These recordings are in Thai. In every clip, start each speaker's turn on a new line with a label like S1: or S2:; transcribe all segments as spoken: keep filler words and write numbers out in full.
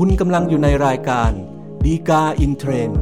S1: คุณกำลังอยู่ในรายการดีกาอินเทรนด์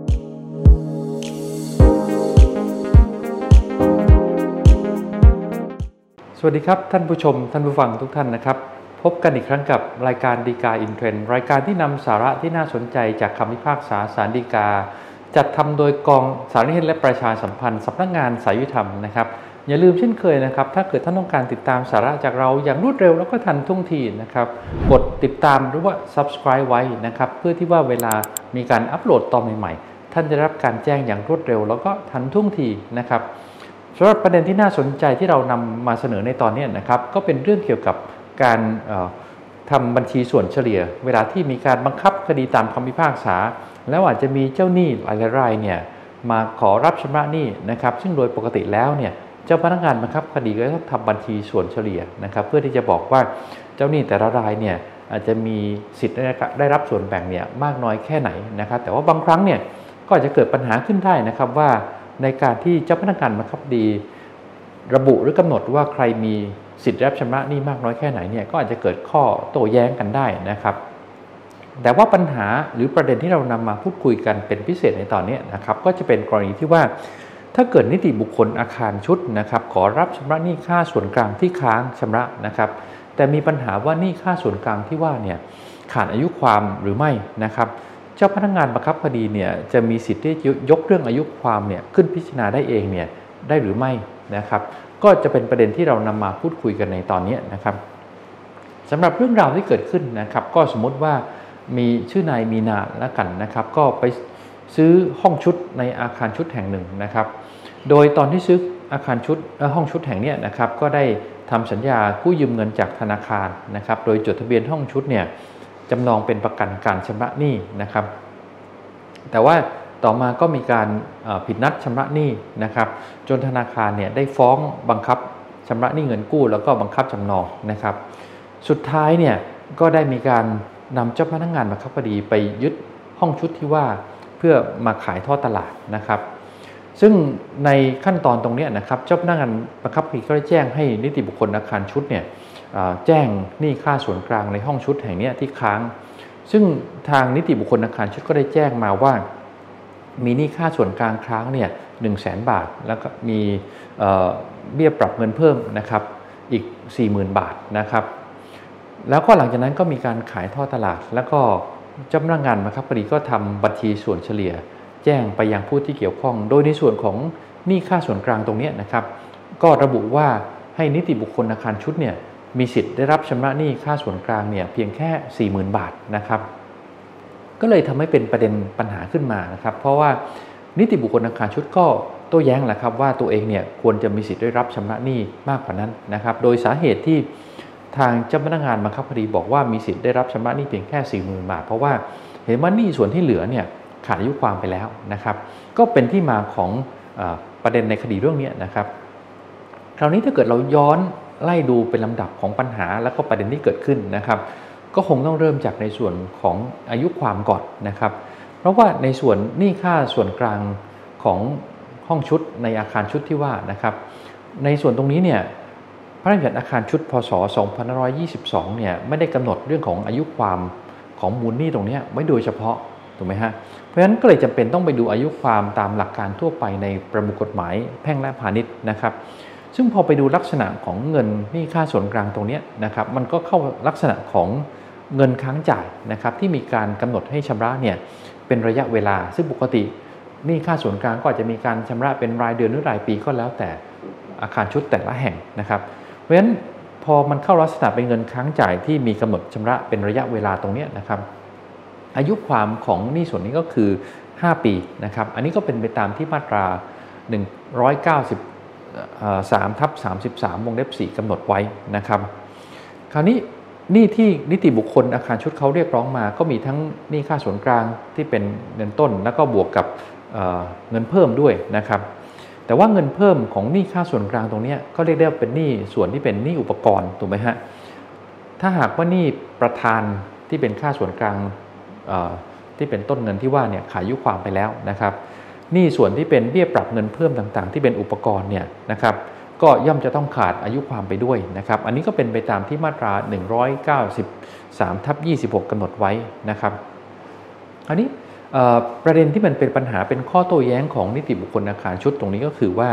S2: สวัสดีครับท่านผู้ชมท่านผู้ฟังทุกท่านนะครับพบกันอีกครั้งกับรายการดีกาอินเทรนด์รายการที่นำสาระที่น่าสนใจจากคำพิพากษาศาลฎีกาจัดทำโดยกองสารนิเทศและประชาสัมพันธ์สำนักงานสายยุติธรรมนะครับอย่าลืมเช่นเคยนะครับถ้าเกิดท่านต้องการติดตามสาระจากเราอย่างรวดเร็วแล้วก็ทันท่วงทีนะครับกดติดตามหรือว่า Subscribe ไว้นะครับเพื่อที่ว่าเวลามีการอัปโหลดตอนใหม่ๆท่านจะได้รับการแจ้งอย่างรวดเร็วแล้วก็ทันท่วงทีนะครับสำหรับประเด็นที่น่าสนใจที่เรานำมาเสนอในตอนนี้นะครับก็เป็นเรื่องเกี่ยวกับการทำบัญชีส่วนเฉลี่ยเวลาที่มีการบังคับคดีตามคำพิพากษาแล้วอาจจะมีเจ้าหนี้หลายรายเนี่ยมาขอรับชำระหนี้นะครับซึ่งโดยปกติแล้วเนี่ยเจ้าพนักงานบังคับคดีก็ต้องทำบัญชีส่วนเฉลี่ยนะครับเพื่อที่จะบอกว่าเจ้าหนี้แต่ละรายเนี่ยอาจจะมีสิทธิ์ได้รับส่วนแบ่งเนี่ยมากน้อยแค่ไหนนะครับแต่ว่าบางครั้งเนี่ยก็อาจจะเกิดปัญหาขึ้นได้นะครับว่าในการที่เจ้าพนักงานบังคับคดีระบุหรือกำหนดว่าใครมีสิทธิ์รับชำระหนี้มากน้อยแค่ไหนเนี่ยก็อาจจะเกิดข้อโต้แย้งกันได้นะครับแต่ว่าปัญหาหรือประเด็นที่เรานำมาพูดคุยกันเป็นพิเศษในตอนนี้นะครับก็จะเป็นกรณีที่ว่าถ้าเกิดนิติบุคคลอาคารชุดนะครับขอรับชำระหนี้ค่าส่วนกลางที่ค้างชำระนะครับแต่มีปัญหาว่าหนี้ค่าส่วนกลางที่ว่าเนี่ยขาดอายุความหรือไม่นะครับเจ้าพนักงานบังคับคดีเนี่ยจะมีสิทธิ์ที่ยกเรื่องอายุความเนี่ยขึ้นพิจารณาได้เองเนี่ยได้หรือไม่นะครับก็จะเป็นประเด็นที่เรานำมาพูดคุยกันในตอนนี้นะครับสำหรับเรื่องราวที่เกิดขึ้นนะครับก็สมมติว่ามีชื่อนายมีนาแล้วกันนะครับก็ไปซื้อห้องชุดในอาคารชุดแห่งหนึ่งนะครับโดยตอนที่ซื้ออาคารชุดห้องชุดแห่งนี้นะครับก็ได้ทำสัญญากู้ยืมเงินจากธนาคารนะครับโดยจดทะเบียนห้องชุดเนี่ยจำนองเป็นประกันการชำระหนี้นะครับแต่ว่าต่อมาก็มีการผิดนัดชำระหนี้นะครับจนธนาคารเนี่ยได้ฟ้องบังคับชำระหนี้เงินกู้แล้วก็บังคับจำนองนะครับสุดท้ายเนี่ยก็ได้มีการนำเจ้าพนักงานบังคับคดีไปยึดห้องชุดที่ว่าเพื่อมาขายทอดตลาดนะครับซึ่งในขั้นตอนตรงนี้นะครับเจ้าพนักงานบังคับคดีก็ได้แจ้งให้นิติบุคคลอาคารชุดเนี่ยแจ้งหนี้ค่าส่วนกลางในห้องชุดแห่งนี้ที่ค้างซึ่งทางนิติบุคคลอาคารชุดก็ได้แจ้งมาว่ามีหนี้ค่าส่วนกลางค้างเนี่ยหนึ่งแสนบาทแล้วก็มีเบี้ยปรับเงินเพิ่มนะครับอีก สี่หมื่น บาทนะครับแล้วก็หลังจากนั้นก็มีการขายทอดตลาดแล้วก็เจ้าพนักงานบังคับคดีก็ทำบัญชีส่วนเฉลี่ยแจ้งไปยังผู้ที่เกี่ยวข้องโดยในส่วนของหนี้ค่าส่วนกลางตรงนี้นะครับก็ระบุว่าให้นิติบุคคลอาคารชุดเนี่ยมีสิทธิ์ได้รับชำระหนี้ค่าส่วนกลางเนี่ยเพียงแค่ สี่หมื่น บาทนะครับก็เลยทำให้เป็นประเด็นปัญหาขึ้นมานะครับเพราะว่านิติบุคคลอาคารชุดก็โต้แย้งแหละครับว่าตัวเองเนี่ยควรจะมีสิทธิ์ได้รับชำระหนี้มากกว่านั้นนะครับโดยสาเหตุที่ทางเจ้าพนักงานบังคับคดีบอกว่ามีสิทธิ์ได้รับชำระหนี้เพียงแค่ สี่หมื่น บาทเพราะว่าเห็นว่าหนี้ส่วนที่เหลือเนี่ยขาดอายุความไปแล้วนะครับก็เป็นที่มาของเอ่อประเด็นในคดีเรื่องนี้นะครับคราวนี้ถ้าเกิดเราย้อนไล่ดูเป็นลำดับของปัญหาแล้วก็ประเด็นที่เกิดขึ้นนะครับก็คงต้องเริ่มจากในส่วนของอายุความก่อนนะครับเพราะว่าในส่วนหนี้ค่าส่วนกลางของห้องชุดในอาคารชุดที่ว่านะครับในส่วนตรงนี้เนี่ยพระราชบัญญัติอาคารชุดพ.ศ. สองพันห้าร้อยยี่สิบสองเนี่ยไม่ได้กำหนดเรื่องของอายุความของมูลหนี้ตรงนี้ไว้โดยเฉพาะถูกไหมฮะเพราะฉะนั้นก็เลยจำเป็นต้องไปดูอายุความตามหลักการทั่วไปในประมวลกฎหมายแพ่งและพาณิชย์นะครับซึ่งพอไปดูลักษณะของเงินหนี้ค่าส่วนกลางตรงนี้นะครับมันก็เข้าลักษณะของเงินค้างจ่ายนะครับที่มีการกำหนดให้ชำระเนี่ยเป็นระยะเวลาซึ่งปกติหนี้ค่าส่วนกลางก็อาจจะมีการชำระเป็นรายเดือนหรือรายปีก็แล้วแต่อาคารชุดแต่ละแห่งนะครับเพราะฉะนั้นพอมันเข้าลักษณะเป็นเงินค้างจ่ายที่มีกำหนดชำระเป็นระยะเวลาตรงนี้นะครับอายุความของหนี้ส่วนนี้ก็คือห้าปีนะครับอันนี้ก็เป็นไปตามที่มาตราหนึ่งร้อยเก้าสิบสามทับสามสิบสามวงเล็บสี่กำหนดไว้นะครับคราวนี้หนี้ที่นิติบุคคลอาคารชุดเขาเรียกร้องมาก็มีทั้งหนี้ค่าส่วนกลางที่เป็นเงินต้นแล้วก็บวกกับ เ, เงินเพิ่มด้วยนะครับแต่ว่าเงินเพิ่มของหนี้ค่าส่วนกลางตรงนี้ก็เรียกได้ว่าเป็นหนี้ส่วนที่เป็นหนี้อุปกรณ์ถูกไหมฮะถ้าหากว่าหนี้ประธานที่เป็นค่าส่วนกลางที่เป็นต้นเงินที่ว่าเนี่ยขาดอายุความไปแล้วนะครับหนี้ส่วนที่เป็นเบี้ยปรับเงินเพิ่มต่างๆที่เป็นอุปกรณ์เนี่ยนะครับก็ย่อมจะต้องขาดอายุความไปด้วยนะครับอันนี้ก็เป็นไปตามที่มาตราหนึ่งร้อยเก้าสิบสามทับยี่สิบหกกำหนดไว้นะครับอันนี้ประเด็นที่มันเป็นปัญหาเป็นข้อโต้แย้งของนิติบุคคลอาคารชุดตรงนี้ก็คือว่า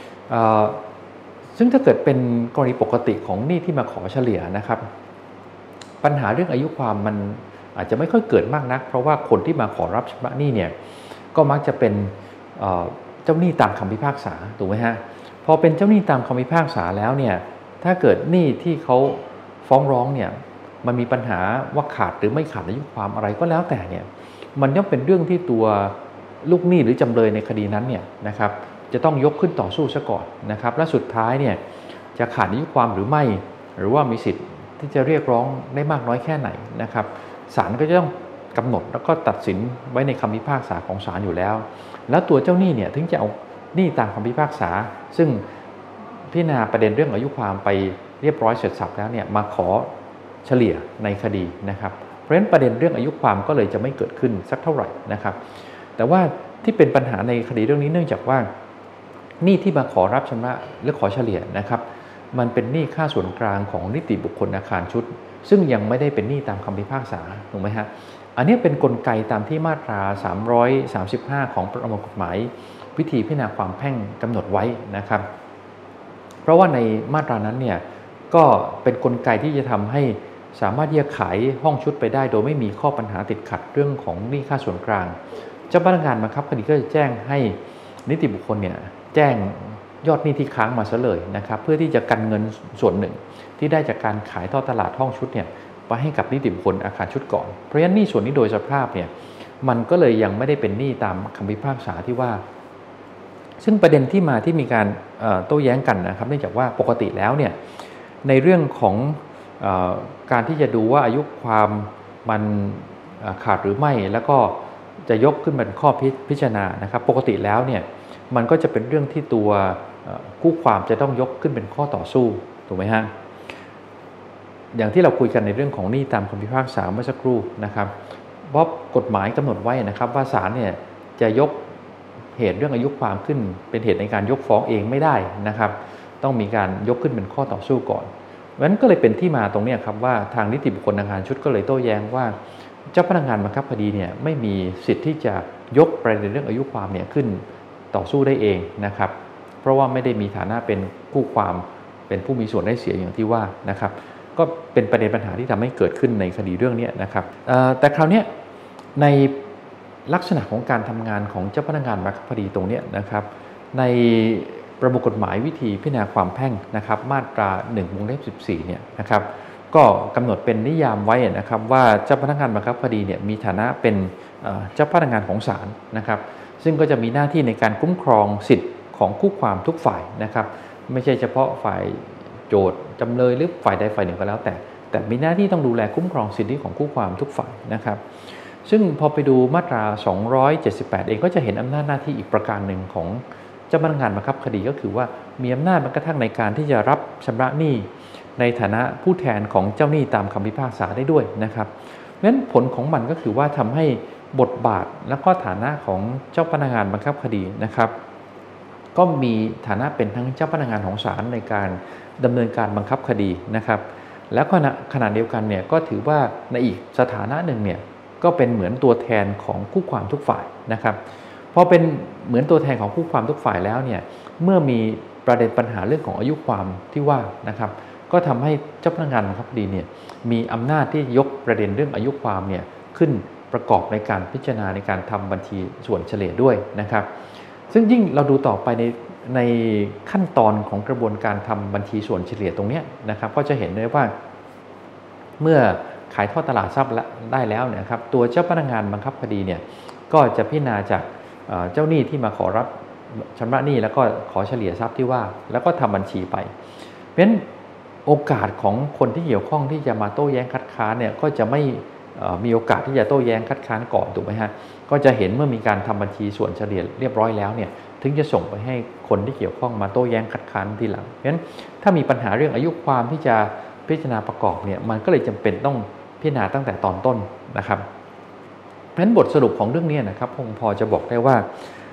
S2: ซึ่งถ้าเกิดเป็นกรณีปกติของหนี้ที่มาขอเฉลี่ยนะครับปัญหาเรื่องอายุความมันอาจจะไม่ค่อยเกิดมากนักเพราะว่าคนที่มาขอรับชำระหนี้เนี่ยก็มักจะเป็นเจ้าหนี้ตามคำพิพากษาถูกไหมฮะพอเป็นเจ้าหนี้ตามคำพิพากษาแล้วเนี่ยถ้าเกิดหนี้ที่เขาฟ้องร้องเนี่ยมันมีปัญหาว่าขาดหรือไม่ขาดอายุความอะไรก็แล้วแต่เนี่ยมันย่อมเป็นเรื่องที่ตัวลูกหนี้หรือจำเลยในคดีนั้นเนี่ยนะครับจะต้องยกขึ้นต่อสู้ซะก่อนนะครับและสุดท้ายเนี่ยจะขาดอายุความหรือไม่หรือว่ามีสิทธิ์ที่จะเรียกร้องได้มากน้อยแค่ไหนนะครับศาลก็จะต้องกำหนดแล้วก็ตัดสินไว้ในคำพิพากษาของศาลอยู่แล้วแล้วตัวเจ้าหนี้เนี่ยถึงจะเอาหนี้ตามคำพิพากษาซึ่งพิจารณาประเด็นเรื่องอายุความไปเรียบร้อยเสร็จสับแล้วเนี่ยมาขอเฉลี่ยในคดีนะครับเพราะฉะนั้นประเด็นเรื่องอายุความก็เลยจะไม่เกิดขึ้นสักเท่าไหร่นะครับแต่ว่าที่เป็นปัญหาในคดีเรื่องนี้เนื่องจากว่าหนี้ที่มาขอรับชำระหรือขอเฉลี่ยนะครับมันเป็นหนี้ค่าส่วนกลางของนิติบุคคลอาคารชุดซึ่งยังไม่ได้เป็นหนี้ตามคำพิพากษาถูกไหมฮะอันนี้เป็นกลไกตามที่มาตราสามร้อยสามสิบห้าของประมวลกฎหมายวิธีพิจารณาความแพ่งกำหนดไว้นะครับเพราะว่าในมาตรานั้นเนี่ยก็เป็นกลไกที่จะทำให้สามารถที่จะขายห้องชุดไปได้โดยไม่มีข้อปัญหาติดขัดเรื่องของหนี้ค่าส่วนกลางเจ้าพนักงานบังคับคดีก็จะแจ้งให้นิติบุคคลเนี่ยแจ้งยอดหนี้ที่ค้างมาซะเลยนะครับเพื่อที่จะกันเงินส่วนหนึ่งที่ได้จากการขายทอดตลาดห้องชุดเนี่ยไปให้กับนิติบุคคลอาคารชุดก่อนเพราะฉะนั้นหนี้ส่วนนี้โดยสภาพเนี่ยมันก็เลยยังไม่ได้เป็นหนี้ตามคำพิพากษาที่ว่าซึ่งประเด็นที่มาที่มีการโต้แย้งกันนะครับเนื่องจากว่าปกติแล้วเนี่ยในเรื่องของการที่จะดูว่าอายุความมันขาดหรือไม่แล้วก็จะยกขึ้นเป็นข้อพิจารณานะครับปกติแล้วเนี่ยมันก็จะเป็นเรื่องที่ตัวคู่ความจะต้องยกขึ้นเป็นข้อต่อสู้ถูกไหมฮะอย่างที่เราคุยกันในเรื่องของหนี้ตามคำพิพากษาเมื่อสักครู่นะครับเพราะกฎหมายกำหนดไว้นะครับว่าศาลเนี่ยจะยกเหตุเรื่องอายุความขึ้นเป็นเหตุในการยกฟ้องเองไม่ได้นะครับต้องมีการยกขึ้นเป็นข้อต่อสู้ก่อนเพราะฉะนั้นก็เลยเป็นที่มาตรงนี้ครับว่าทางนิติบุคคลอาคารชุดก็เลยโต้แย้งว่าเจ้าพนักงานบังคับคดีเนี่ยไม่มีสิทธิ์ที่จะยกประเด็นเรื่องอายุความเนี่ยขึ้นต่อสู้ได้เองนะครับเพราะว่าไม่ได้มีฐานะเป็นคู่ความเป็นผู้มีส่วนได้เสียอย่างที่ว่านะครับก็เป็นประเด็นปัญหาที่ทำให้เกิดขึ้นในคดีเรื่องนี้นะครับแต่คราวนี้ในลักษณะของการทำงานของเจ้าพนักงานบังคับคดีตรงนี้นะครับในประมวลกฎหมายวิธีพิจารณาความแพ่งนะครับมาตราหนึ่งวงเล็บสิบสี่เนี่ยนะครับก็กำหนดเป็นนิยามไว้นะครับว่าเจ้าพนักงานบังคับคดีเนี่ยมีฐานะเป็นเจ้าพนักงานของศาลนะครับซึ่งก็จะมีหน้าที่ในการคุ้มครองสิทธิ์ของคู่ความทุกฝ่ายนะครับไม่ใช่เฉพาะฝ่ายโจทย์จำเลยหรือฝ่ายใดฝ่ายหนึ่งก็แล้วแต่แต่มีหน้าที่ต้องดูแลคุ้มครองสิทธิของคู่ความทุกฝ่ายนะครับซึ่งพอไปดูมาตราสองร้อยเจ็ดสิบแปดเองก็จะเห็นอำนาจหน้าที่อีกประการหนึ่งของเจ้าพนักงานบังคับคดีก็คือว่ามีอำนาจแม้กระทั่งในการที่จะรับชำระหนี้ในฐานะผู้แทนของเจ้าหนี้ตามคำพิพากษาได้ด้วยนะครับเพราะฉะนั้นผลของมันก็คือว่าทำให้บทบาทและก็ฐานะของเจ้าพนักงานบังคับคดีนะครับก็มีฐานะเป็นทั้งเจ้าพนักงานของศาลในการดำเนินการบังคับคดีนะครับแล้วก็ขณะเดียวกันเนี่ยก็ถือว่าในอีกสถานะหนึ่งเนี่ยก็เป็นเหมือนตัวแทนของคู่ความทุกฝ่ายนะครับพอเป็นเหมือนตัวแทนของคู่ความทุกฝ่ายแล้วเนี่ยเมื่อมีประเด็นปัญหาเรื่องของอายุความที่ว่านะครับก็ทำให้เจ้าพนักงานบังคับคดีเนี่ยมีอำนาจที่ยกประเด็นเรื่องอายุความเนี่ยขึ้นประกอบในการพิจารณาในการทำบัญชีส่วนเฉลี่ยด้วยนะครับซึ่งยิ่งเราดูต่อไปในในขั้นตอนของกระบวนการทำบัญชีส่วนเฉลี่ยตรงนี้นะครับก็จะเห็นได้ว่าเมื่อขายทอดตลาดทรัพย์ได้แล้วเนี่ยครับตัวเจ้าพนักงานบังคับคดีเนี่ยก็จะพิจารณาจากเจ้าหนี้ที่มาขอรับชำระหนี้แล้วก็ขอเฉลี่ยทรัพย์ที่ว่าแล้วก็ทำบัญชีไปเพราะฉะนั้นโอกาสของคนที่เกี่ยวข้องที่จะมาโต้แย้งคัดค้านเนี่ยก็จะไม่มีโอกาสที่จะโต้แย้งคัดค้านก่อนถูกไหมฮะก็จะเห็นเมื่อมีการทำบัญชีส่วนเฉลี่ยเรียบร้อยแล้วเนี่ยถึงจะส่งไปให้คนที่เกี่ยวข้องมาโต้แย้งคัดค้านทีหลังเพราะฉะนั้นถ้ามีปัญหาเรื่องอายุความที่จะพิจารณาประกอบเนี่ยมันก็เลยจำเป็นต้องพิจารณาตั้งแต่ตอนต้นนะครับเพราะฉะนั้นบทสรุปของเรื่องนี้นะครับผมพอจะบอกได้ว่า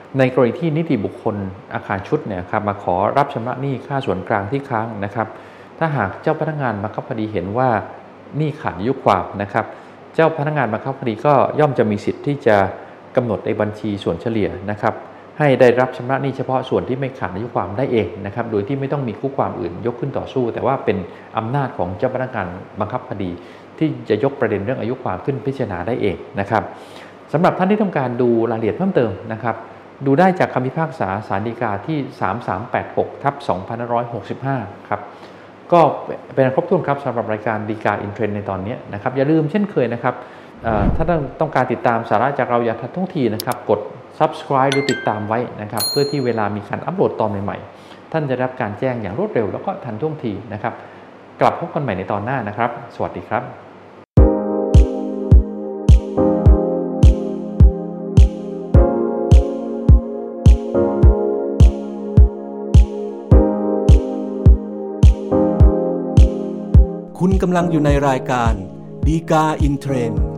S2: ในกรณีที่นิติบุคคลอาคารชุดเนี่ยครับมาขอรับชำระหนี้ค่าส่วนกลางที่ค้างนะครับถ้าหากเจ้าพนักงานบังคับคดีเห็นว่าหนี้ขาดอายุความนะครับเจ้าพนักงานบังคับคดีก็ย่อมจะมีสิทธิ์ที่จะกำหนดในบัญชีส่วนเฉลี่ยนะครับให้ได้รับชำระหนี้เฉพาะส่วนที่ไม่ขาดอายุความได้เองนะครับโดยที่ไม่ต้องมีคู่ความอื่นยกขึ้นต่อสู้แต่ว่าเป็นอำนาจของเจ้าพนักงานบังคับคดีที่จะยกประเด็นเรื่องอายุความขึ้นพิจารณาได้เองนะครับสำหรับท่านที่ต้องการดูรายละเอียดเพิ่มเติมนะครับดูได้จากคำพิพากษาศาลฎีกาที่สามสามแปดหกทับสองพันห้าร้อยหกสิบห้าครับก็เป็นครบถ้วนครับสำหรับรายการฎีกาอินเทรนด์ในตอนนี้นะครับอย่าลืมเช่นเคยนะครับถ้าต้องการติดตามสาระจากเราอย่างทันท่วงทีนะครับกด Subscribe หรือติดตามไว้นะครับเพื่อที่เวลามีการอัปโหลดตอนใหม่ๆท่านจะได้รับการแจ้งอย่างรวดเร็วแล้วก็ทันท่วงทีนะครับกลับพบกันใหม่ในตอนหน้านะครับสวัสดีครับ
S1: คุณกำลังอยู่ในรายการฎีกาอินเทรนด์